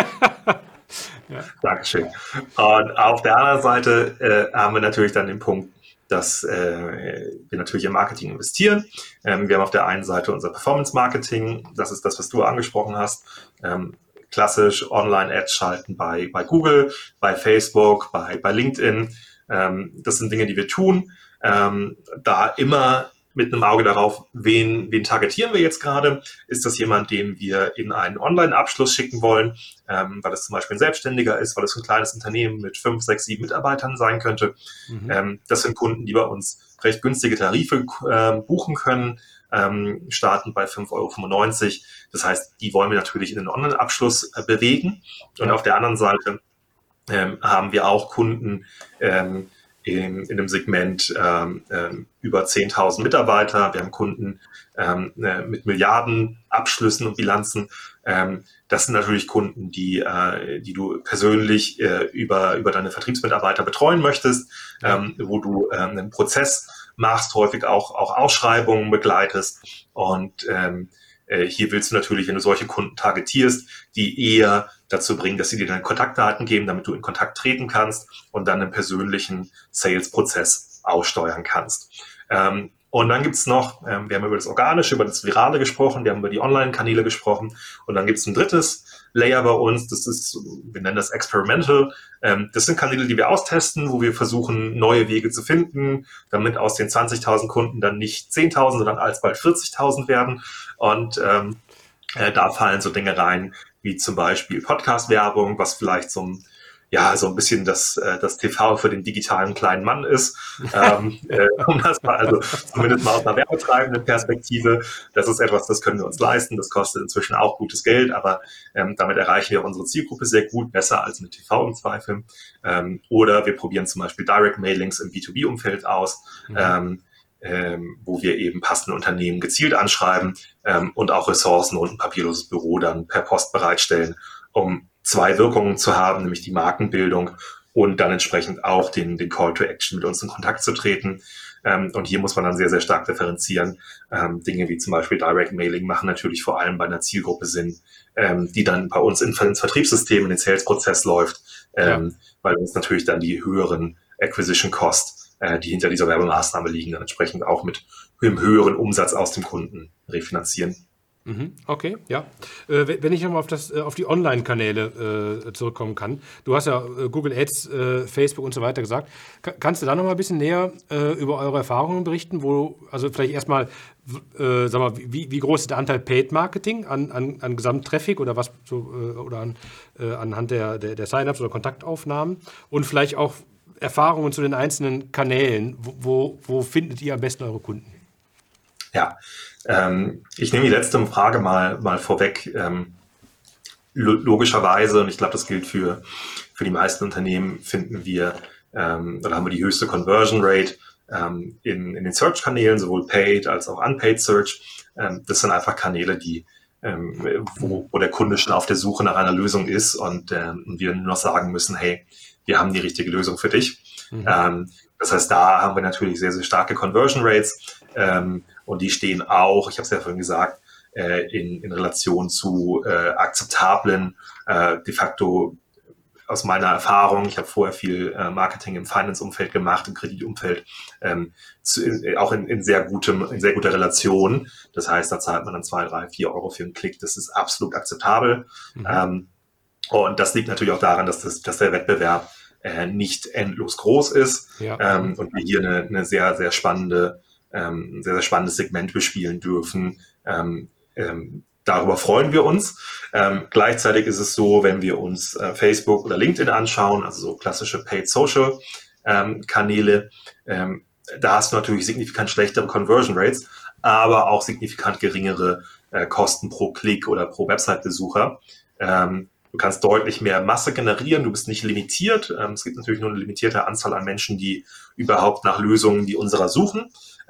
Ja. Dankeschön. Und auf der anderen Seite haben wir natürlich dann den Punkt, dass wir natürlich im Marketing investieren. Wir haben auf der einen Seite unser Performance-Marketing, das ist das, was du angesprochen hast. Klassisch Online-Ads schalten bei Google, bei Facebook, bei LinkedIn. Das sind Dinge, die wir tun. Da immer mit einem Auge darauf, wen targetieren wir jetzt gerade? Ist das jemand, den wir in einen Online-Abschluss schicken wollen, weil es zum Beispiel ein Selbstständiger ist, weil es ein kleines Unternehmen mit 5, 6, 7 Mitarbeitern sein könnte? Das sind Kunden, die bei uns recht günstige Tarife buchen können, starten bei 5,95 €. Das heißt, die wollen wir natürlich in den Online-Abschluss bewegen. Und auf der anderen Seite haben wir auch Kunden, in dem Segment über 10.000 Mitarbeiter. Wir haben Kunden mit Milliarden Abschlüssen und Bilanzen. Das sind natürlich Kunden, die du persönlich über deine Vertriebsmitarbeiter betreuen möchtest, wo du einen Prozess machst, häufig auch Ausschreibungen begleitest. Und hier willst du natürlich, wenn du solche Kunden targetierst, die eher dazu bringen, dass sie dir deine Kontaktdaten geben, damit du in Kontakt treten kannst und dann einen persönlichen Sales-Prozess aussteuern kannst. Und dann gibt's noch, wir haben über das Organische, über das Virale gesprochen, wir haben über die Online-Kanäle gesprochen und dann gibt's ein drittes Layer bei uns, das ist, wir nennen das Experimental. Das sind Kanäle, die wir austesten, wo wir versuchen, neue Wege zu finden, damit aus den 20.000 Kunden dann nicht 10.000, sondern alsbald 40.000 werden. Und da fallen so Dinge rein, wie zum Beispiel Podcast-Werbung, was vielleicht so ein bisschen das TV für den digitalen kleinen Mann ist. Um das mal, also zumindest mal aus einer werbetreibenden Perspektive. Das ist etwas, das können wir uns leisten. Das kostet inzwischen auch gutes Geld, aber damit erreichen wir unsere Zielgruppe sehr gut, besser als mit TV im Zweifel. Oder wir probieren zum Beispiel Direct Mailings im B2B-Umfeld aus. Wo wir eben passende Unternehmen gezielt anschreiben und auch Ressourcen und ein papierloses Büro dann per Post bereitstellen, um 2 Wirkungen zu haben, nämlich die Markenbildung und dann entsprechend auch den Call to Action mit uns in Kontakt zu treten. Und hier muss man dann sehr, sehr stark differenzieren. Dinge wie zum Beispiel Direct Mailing machen natürlich vor allem bei einer Zielgruppe Sinn, die dann bei uns ins Vertriebssystem, in den Sales-Prozess läuft, weil uns natürlich dann die höheren Acquisition Cost, die hinter dieser Werbemaßnahme liegen, dann entsprechend auch mit einem höheren Umsatz aus dem Kunden refinanzieren. Okay, ja. Wenn ich nochmal auf die Online-Kanäle zurückkommen kann. Du hast ja Google Ads, Facebook und so weiter gesagt. Kannst du da nochmal ein bisschen näher über eure Erfahrungen berichten? Also vielleicht erstmal, sag mal, wie groß ist der Anteil Paid Marketing an Gesamttraffic oder was so, oder anhand der Sign-ups oder Kontaktaufnahmen und vielleicht auch Erfahrungen zu den einzelnen Kanälen. Wo findet ihr am besten eure Kunden? Ja, ich nehme die letzte Frage mal vorweg. Logischerweise, und ich glaube, das gilt für die meisten Unternehmen, finden wir oder haben wir die höchste Conversion Rate in den Search-Kanälen, sowohl Paid als auch Unpaid Search. Das sind einfach Kanäle, wo der Kunde schon auf der Suche nach einer Lösung ist und wir nur noch sagen müssen, hey, wir haben die richtige Lösung für dich. Das heißt, da haben wir natürlich sehr, sehr starke Conversion Rates und die stehen auch, ich habe es ja vorhin gesagt, in Relation zu akzeptablen, de facto aus meiner Erfahrung, ich habe vorher viel Marketing im Finance-Umfeld gemacht, im Kreditumfeld, auch in sehr guter Relation. Das heißt, da zahlt man dann 2, 3, 4 € für einen Klick. Das ist absolut akzeptabel. Und das liegt natürlich auch daran, dass der Wettbewerb nicht endlos groß ist, und wir hier eine sehr, sehr spannendes Segment bespielen dürfen. Darüber freuen wir uns. Gleichzeitig ist es so, wenn wir uns Facebook oder LinkedIn anschauen, also so klassische Paid Social Kanäle, da hast du natürlich signifikant schlechtere Conversion Rates, aber auch signifikant geringere Kosten pro Klick oder pro Website-Besucher. Du kannst deutlich mehr Masse generieren, du bist nicht limitiert. Es gibt natürlich nur eine limitierte Anzahl an Menschen, die überhaupt nach Lösungen wie unserer suchen.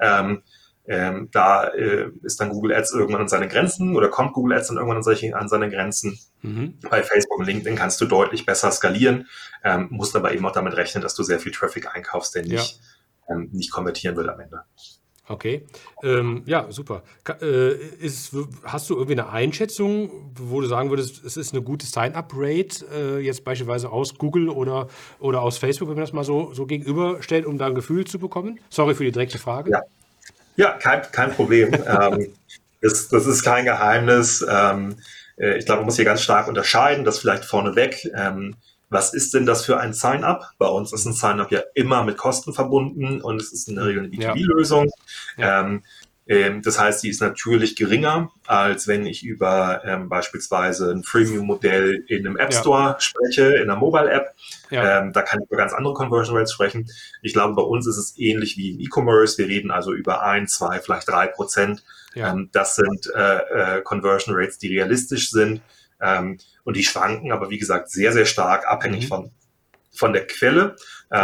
Da ist dann Google Ads irgendwann an seine Grenzen oder kommt Google Ads dann irgendwann an seine Grenzen. Bei Facebook und LinkedIn kannst du deutlich besser skalieren, musst aber eben auch damit rechnen, dass du sehr viel Traffic einkaufst, der nicht konvertieren will am Ende. Okay, ja, super. Hast du irgendwie eine Einschätzung, wo du sagen würdest, es ist eine gute Sign-up-Rate, jetzt beispielsweise aus Google oder aus Facebook, wenn man das mal so gegenüberstellt, um da ein Gefühl zu bekommen? Sorry für die direkte Frage. Ja, kein Problem. Das ist kein Geheimnis. Ich glaube, man muss hier ganz stark unterscheiden, das vielleicht vorneweg. Was ist denn das für ein Sign-up? Bei uns ist ein Sign-up ja immer mit Kosten verbunden und es ist in der Regel eine B2B-Lösung. Das heißt, sie ist natürlich geringer, als wenn ich über beispielsweise ein Freemium-Modell in einem App Store spreche, in einer Mobile-App. Da kann ich über ganz andere Conversion Rates sprechen. Ich glaube, bei uns ist es ähnlich wie im E-Commerce. Wir reden also über 1, 2, vielleicht 3%. Das sind Conversion Rates, die realistisch sind. Und die schwanken aber, wie gesagt, sehr, sehr stark abhängig von der Quelle.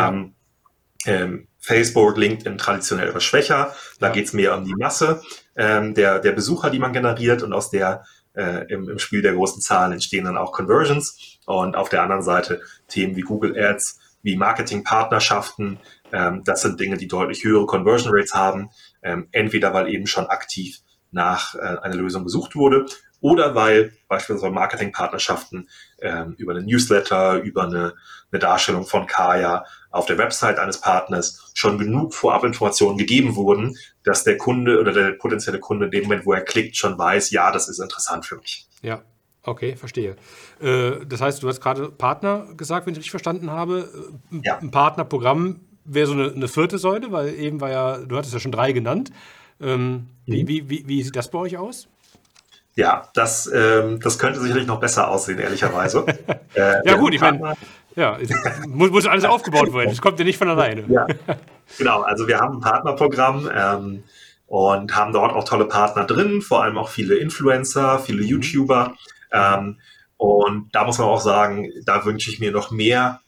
Facebook, LinkedIn traditionell etwas schwächer. Da geht es mehr um die Masse der Besucher, die man generiert. Und aus der im Spiel der großen Zahlen entstehen dann auch Conversions. Und auf der anderen Seite Themen wie Google Ads, wie Marketingpartnerschaften. Das sind Dinge, die deutlich höhere Conversion Rates haben. Entweder weil eben schon aktiv nach einer Lösung gesucht wurde oder weil beispielsweise Marketingpartnerschaften über eine Newsletter, über eine Darstellung von Kaya auf der Website eines Partners schon genug Vorabinformationen gegeben wurden, dass der Kunde oder der potenzielle Kunde in dem Moment, wo er klickt, schon weiß, ja, das ist interessant für mich. Ja, okay, verstehe. Das heißt, du hast gerade Partner gesagt, wenn ich richtig verstanden habe. Ein Partnerprogramm wäre so eine vierte Säule, weil eben du hattest ja schon 3 genannt. Wie sieht das bei euch aus? Ja, das könnte sicherlich noch besser aussehen, ehrlicherweise. Ja gut, ich meine, muss alles aufgebaut werden. Das kommt ja nicht von alleine. Ja, genau. Also wir haben ein Partnerprogramm und haben dort auch tolle Partner drin, vor allem auch viele Influencer, viele YouTuber. Und da muss man auch sagen, da wünsche ich mir noch mehr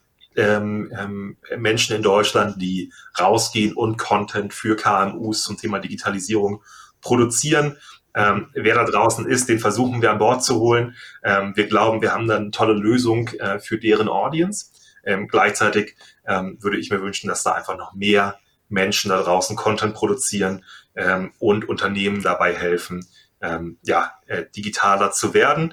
Menschen in Deutschland, die rausgehen und Content für KMUs zum Thema Digitalisierung produzieren. Wer da draußen ist, den versuchen wir an Bord zu holen. Wir glauben, wir haben da eine tolle Lösung für deren Audience. Gleichzeitig würde ich mir wünschen, dass da einfach noch mehr Menschen da draußen Content produzieren und Unternehmen dabei helfen, digitaler zu werden.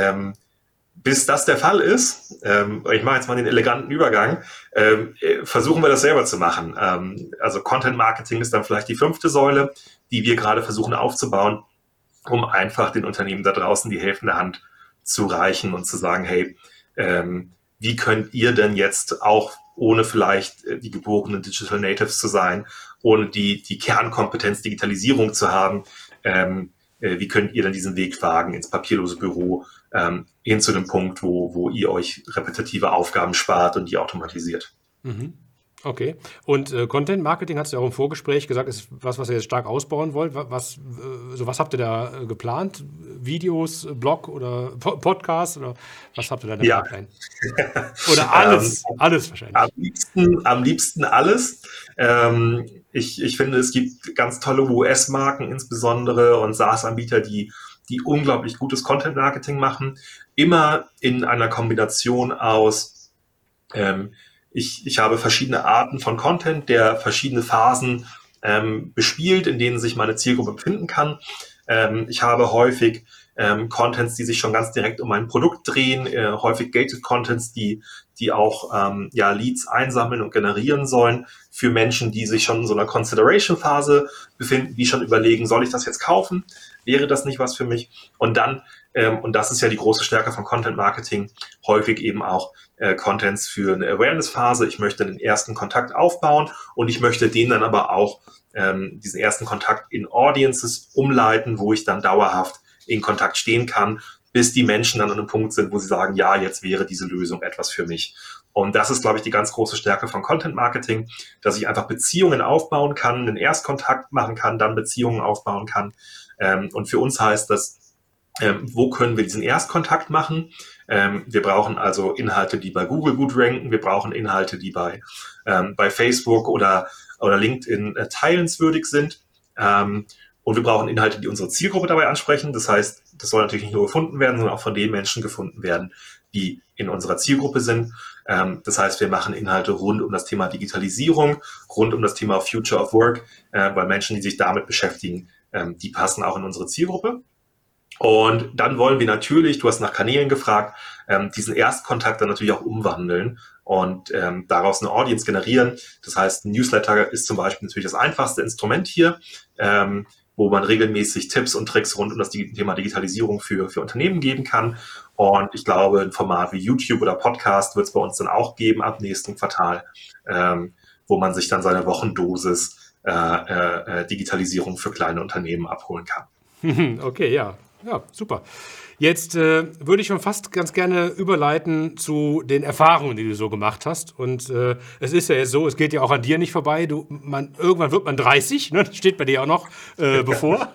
Bis das der Fall ist, ich mache jetzt mal den eleganten Übergang, versuchen wir das selber zu machen. Also Content Marketing ist dann vielleicht die 5. Säule, die wir gerade versuchen aufzubauen, um einfach den Unternehmen da draußen die helfende Hand zu reichen und zu sagen, hey, wie könnt ihr denn jetzt auch, ohne vielleicht die geborenen Digital Natives zu sein, ohne die Kernkompetenz Digitalisierung zu haben, wie könnt ihr denn diesen Weg wagen ins papierlose Büro, hin zu dem Punkt, wo ihr euch repetitive Aufgaben spart und die automatisiert. Okay. Und Content Marketing, hast du ja auch im Vorgespräch gesagt, ist was ihr jetzt stark ausbauen wollt. Was habt ihr da geplant? Videos, Blog oder Podcast? Oder was habt ihr da in der Pipeline? Oder alles? Alles wahrscheinlich. Am liebsten alles. Ich finde, es gibt ganz tolle US-Marken insbesondere und SaaS-Anbieter, die unglaublich gutes Content-Marketing machen. Immer in einer Kombination aus ich habe verschiedene Arten von Content, der verschiedene Phasen bespielt, in denen sich meine Zielgruppe befinden kann. Ich habe häufig Contents, die sich schon ganz direkt um mein Produkt drehen, häufig Gated Contents, die auch Leads einsammeln und generieren sollen für Menschen, die sich schon in so einer Consideration-Phase befinden, die schon überlegen, soll ich das jetzt kaufen? Wäre das nicht was für mich? Und dann Und das ist ja die große Stärke von Content Marketing, häufig eben auch Contents für eine Awareness-Phase. Ich möchte den ersten Kontakt aufbauen und ich möchte den dann aber auch diesen ersten Kontakt in Audiences umleiten, wo ich dann dauerhaft in Kontakt stehen kann, bis die Menschen dann an einem Punkt sind, wo sie sagen, ja, jetzt wäre diese Lösung etwas für mich. Und das ist, glaube ich, die ganz große Stärke von Content Marketing, dass ich einfach Beziehungen aufbauen kann, einen Erstkontakt machen kann, dann Beziehungen aufbauen kann. Und für uns heißt das, wo können wir diesen Erstkontakt machen? Wir brauchen also Inhalte, die bei Google gut ranken. Wir brauchen Inhalte, die bei Facebook oder LinkedIn teilenswürdig sind. Und wir brauchen Inhalte, die unsere Zielgruppe dabei ansprechen. Das heißt, das soll natürlich nicht nur gefunden werden, sondern auch von den Menschen gefunden werden, die in unserer Zielgruppe sind. Das heißt, wir machen Inhalte rund um das Thema Digitalisierung, rund um das Thema Future of Work, weil Menschen, die sich damit beschäftigen, die passen auch in unsere Zielgruppe. Und dann wollen wir natürlich, du hast nach Kanälen gefragt, diesen Erstkontakt dann natürlich auch umwandeln und daraus eine Audience generieren. Das heißt, ein Newsletter ist zum Beispiel natürlich das einfachste Instrument hier, wo man regelmäßig Tipps und Tricks rund um das Thema Digitalisierung für Unternehmen geben kann. Und ich glaube, ein Format wie YouTube oder Podcast wird es bei uns dann auch geben ab nächsten Quartal, wo man sich dann seine Wochendosis Digitalisierung für kleine Unternehmen abholen kann. Okay, ja, super. Jetzt würde ich schon fast ganz gerne überleiten zu den Erfahrungen, die du so gemacht hast. Und es ist ja jetzt so, es geht ja auch an dir nicht vorbei. Irgendwann wird man 30, ne? Das steht bei dir auch noch bevor.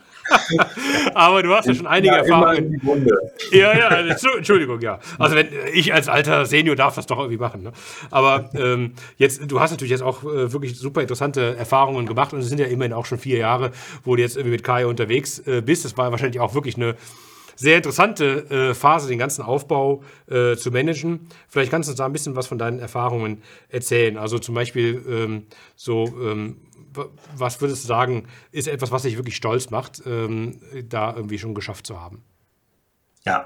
Aber du hast ja schon einige Erfahrungen. Ja, Entschuldigung, ja. Also wenn ich als alter Senior darf das doch irgendwie machen. Ne? Aber du hast natürlich jetzt auch wirklich super interessante Erfahrungen gemacht und es sind ja immerhin auch schon 4 Jahre, wo du jetzt irgendwie mit Kaya unterwegs bist. Das war wahrscheinlich auch wirklich eine sehr interessante Phase, den ganzen Aufbau zu managen. Vielleicht kannst du uns da ein bisschen was von deinen Erfahrungen erzählen. Also zum Beispiel was würdest du sagen, ist etwas, was dich wirklich stolz macht, da irgendwie schon geschafft zu haben? Ja,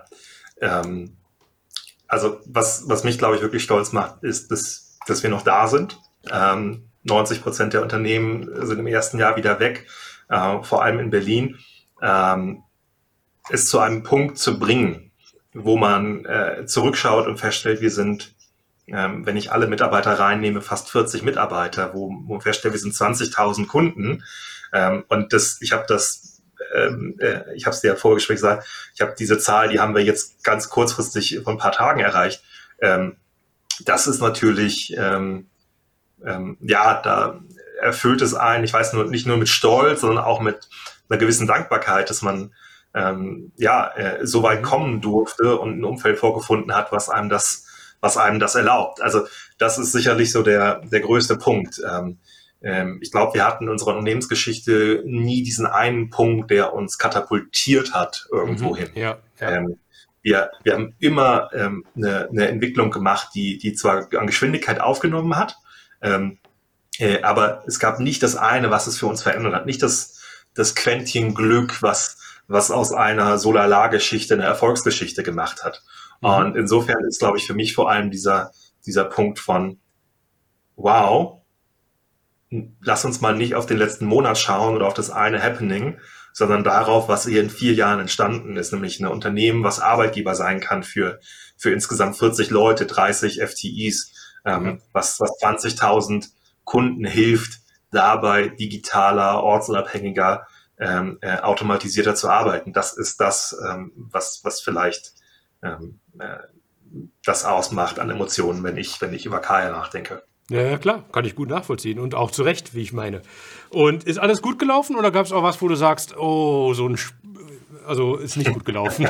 also was mich, glaube ich, wirklich stolz macht, ist, dass wir noch da sind. 90% der Unternehmen sind im ersten Jahr wieder weg, vor allem in Berlin. Es zu einem Punkt zu bringen, wo man zurückschaut und feststellt, wir sind, wenn ich alle Mitarbeiter reinnehme, fast 40 Mitarbeiter, wo man feststellt, wir sind 20.000 Kunden. Und ich habe es dir ja vor Gespräch gesagt, ich habe diese Zahl, die haben wir jetzt ganz kurzfristig vor ein paar Tagen erreicht. Das ist natürlich, da erfüllt es einen, ich weiß nicht nur mit Stolz, sondern auch mit einer gewissen Dankbarkeit, dass man so weit kommen durfte und ein Umfeld vorgefunden hat, was einem das erlaubt. Also das ist sicherlich so der größte Punkt. Ich glaube, wir hatten in unserer Unternehmensgeschichte nie diesen einen Punkt, der uns katapultiert hat irgendwo hin. Ja. Wir haben immer eine Entwicklung gemacht, die zwar an Geschwindigkeit aufgenommen hat, aber es gab nicht das eine, was es für uns verändert hat. Nicht das Quäntchen Glück, was aus einer Solala-Geschichte eine Erfolgsgeschichte gemacht hat. Und insofern ist, glaube ich, für mich vor allem dieser Punkt von, wow, lass uns mal nicht auf den letzten Monat schauen oder auf das eine Happening, sondern darauf, was hier in 4 Jahren entstanden ist, nämlich ein Unternehmen, was Arbeitgeber sein kann für insgesamt 40 Leute, 30 FTEs, was 20.000 Kunden hilft, dabei digitaler, ortsunabhängiger, automatisierter zu arbeiten. Das ist das, was vielleicht das ausmacht an Emotionen, wenn ich über Kaya nachdenke. Ja, klar, kann ich gut nachvollziehen und auch zu Recht, wie ich meine. Und ist alles gut gelaufen oder gab es auch was, wo du sagst, oh, also ist nicht gut gelaufen?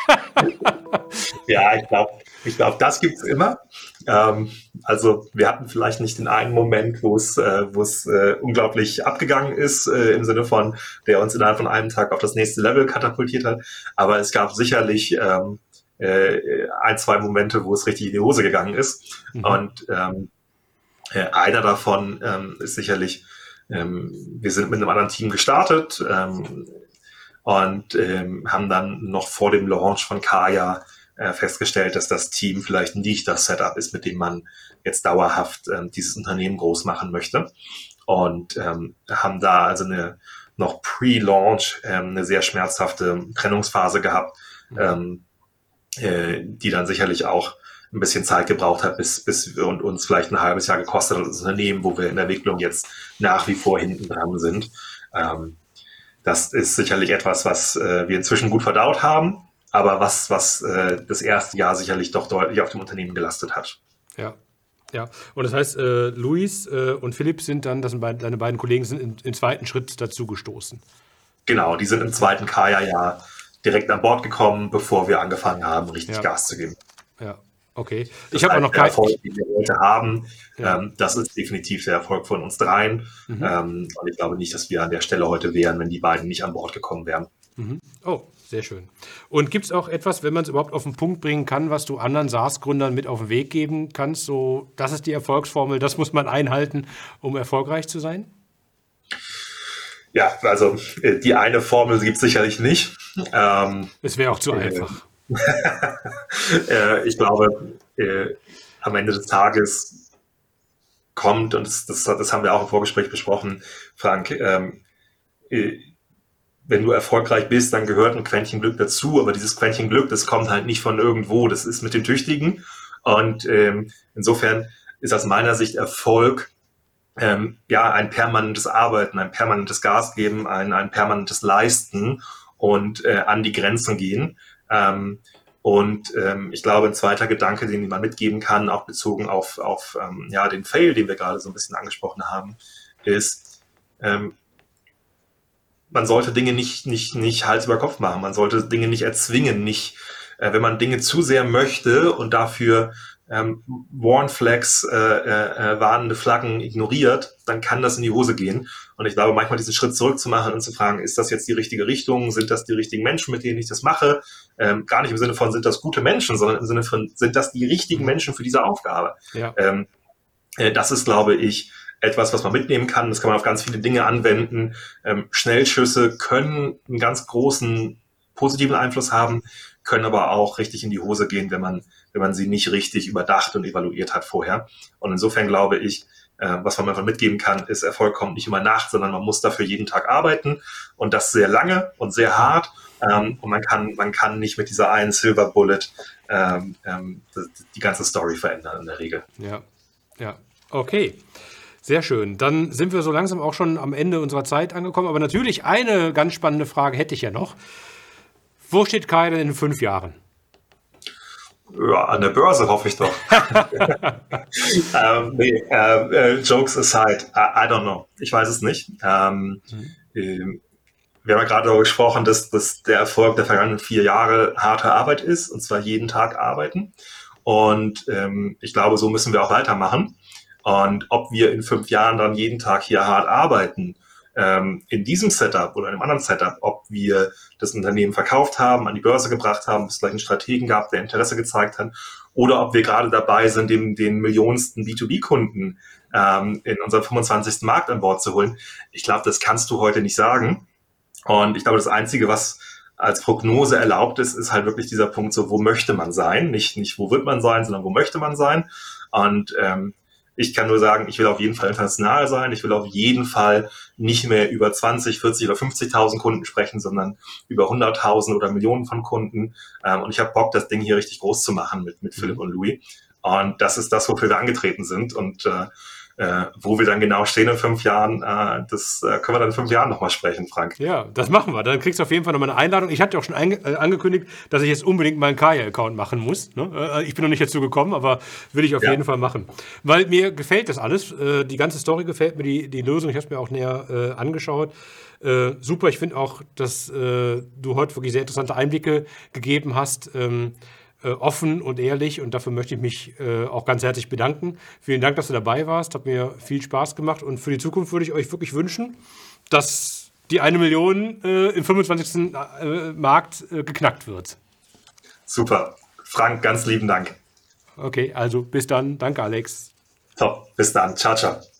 Ja, ich glaube, das gibt's immer. Also wir hatten vielleicht nicht den einen Moment, wo es unglaublich abgegangen ist, im Sinne von, der uns innerhalb von einem Tag auf das nächste Level katapultiert hat. Aber es gab sicherlich 1-2 Momente, wo es richtig in die Hose gegangen ist. Und einer davon ist sicherlich, wir sind mit einem anderen Team gestartet und haben dann noch vor dem Launch von Kaya festgestellt, dass das Team vielleicht nicht das Setup ist, mit dem man jetzt dauerhaft dieses Unternehmen groß machen möchte. Und haben da also noch Pre-Launch eine sehr schmerzhafte Trennungsphase gehabt, die dann sicherlich auch ein bisschen Zeit gebraucht hat, bis und uns vielleicht ein halbes Jahr gekostet hat, das Unternehmen, wo wir in der Entwicklung jetzt nach wie vor hinten dran sind. Das ist sicherlich etwas, was wir inzwischen gut verdaut haben, aber was das erste Jahr sicherlich doch deutlich auf dem Unternehmen gelastet hat. Ja. Ja, und das heißt, Luis und Philipp sind dann, deine beiden Kollegen sind im zweiten Schritt dazu gestoßen. Genau, die sind im zweiten Kaya-Jahr direkt an Bord gekommen, bevor wir angefangen haben, richtig Gas zu geben. Ja, okay. Ich habe noch keinen Erfolg, den wir heute haben. Das ist definitiv der Erfolg von uns dreien. Und ich glaube nicht, dass wir an der Stelle heute wären, wenn die beiden nicht an Bord gekommen wären. Oh, sehr schön. Und gibt es auch etwas, wenn man es überhaupt auf den Punkt bringen kann, was du anderen SaaS-Gründern mit auf den Weg geben kannst? So, das ist die Erfolgsformel, das muss man einhalten, um erfolgreich zu sein? Ja, also die eine Formel gibt es sicherlich nicht. Es wäre auch zu einfach. Ich glaube, am Ende des Tages kommt, und das haben wir auch im Vorgespräch besprochen, Frank, wenn du erfolgreich bist, dann gehört ein Quäntchen Glück dazu, aber dieses Quäntchen Glück, das kommt halt nicht von irgendwo, das ist mit den Tüchtigen. Und insofern ist aus meiner Sicht Erfolg ein permanentes Arbeiten, ein permanentes Gas geben, ein permanentes Leisten und an die Grenzen gehen. Ich glaube, ein zweiter Gedanke, den man mitgeben kann, auch bezogen auf den Fail, den wir gerade so ein bisschen angesprochen haben, ist, man sollte Dinge nicht Hals über Kopf machen. Man sollte Dinge nicht erzwingen. Wenn man Dinge zu sehr möchte und dafür Warn Flags, warnende Flaggen ignoriert, dann kann das in die Hose gehen. Und ich glaube, manchmal diesen Schritt zurück zu machen und zu fragen, ist das jetzt die richtige Richtung? Sind das die richtigen Menschen, mit denen ich das mache? Gar nicht im Sinne von, sind das gute Menschen, sondern im Sinne von, sind das die richtigen Menschen für diese Aufgabe? Ja. Das ist, glaube ich, etwas, was man mitnehmen kann. Das kann man auf ganz viele Dinge anwenden. Schnellschüsse können einen ganz großen positiven Einfluss haben, können aber auch richtig in die Hose gehen, wenn man sie nicht richtig überdacht und evaluiert hat vorher. Und insofern glaube ich, was man einfach mitgeben kann, ist, Erfolg kommt nicht immer nachts, sondern man muss dafür jeden Tag arbeiten und das sehr lange und sehr hart. Und man kann nicht mit dieser einen Silver Bullet die ganze Story verändern in der Regel. Ja, okay. Sehr schön. Dann sind wir so langsam auch schon am Ende unserer Zeit angekommen. Aber natürlich eine ganz spannende Frage hätte ich ja noch. Wo steht Kaya denn in 5 Jahren? Ja, an der Börse hoffe ich doch. Jokes aside, I don't know. Ich weiß es nicht. Wir haben ja gerade darüber gesprochen, dass der Erfolg der vergangenen 4 Jahre harte Arbeit ist, und zwar jeden Tag arbeiten. Und ich glaube, so müssen wir auch weitermachen. Und ob wir in 5 Jahren dann jeden Tag hier hart arbeiten, in diesem Setup oder in einem anderen Setup, ob wir das Unternehmen verkauft haben, an die Börse gebracht haben, es vielleicht einen Strategen gab, der Interesse gezeigt hat, oder ob wir gerade dabei sind, den millionensten B2B-Kunden in unserem 25. Markt an Bord zu holen. Ich glaube, das kannst du heute nicht sagen. Und ich glaube, das Einzige, was als Prognose erlaubt ist, ist halt wirklich dieser Punkt, so, wo möchte man sein? Nicht wo wird man sein, sondern wo möchte man sein? Und ich kann nur sagen, ich will auf jeden Fall international sein. Ich will auf jeden Fall nicht mehr über 20, 40 oder 50.000 Kunden sprechen, sondern über 100.000 oder Millionen von Kunden. Und ich habe Bock, das Ding hier richtig groß zu machen mit Philipp und Louis. Und das ist das, wofür wir angetreten sind. Und wo wir dann genau stehen in 5 Jahren, das können wir dann in 5 Jahren nochmal sprechen, Frank. Ja, das machen wir. Dann kriegst du auf jeden Fall nochmal eine Einladung. Ich hatte auch schon angekündigt, dass ich jetzt unbedingt meinen Kaya-Account machen muss. Ne? Ich bin noch nicht dazu gekommen, aber will ich auf jeden Fall machen. Weil mir gefällt das alles. Die ganze Story gefällt mir, die Lösung. Ich habe es mir auch näher angeschaut. Super, ich finde auch, dass du heute wirklich sehr interessante Einblicke gegeben hast. Offen und ehrlich, und dafür möchte ich mich auch ganz herzlich bedanken. Vielen Dank, dass du dabei warst, hat mir viel Spaß gemacht, und für die Zukunft würde ich euch wirklich wünschen, dass die 1 Million im 25. Markt geknackt wird. Super. Frank, ganz lieben Dank. Okay, also bis dann. Danke, Alex. Top, bis dann. Ciao, ciao.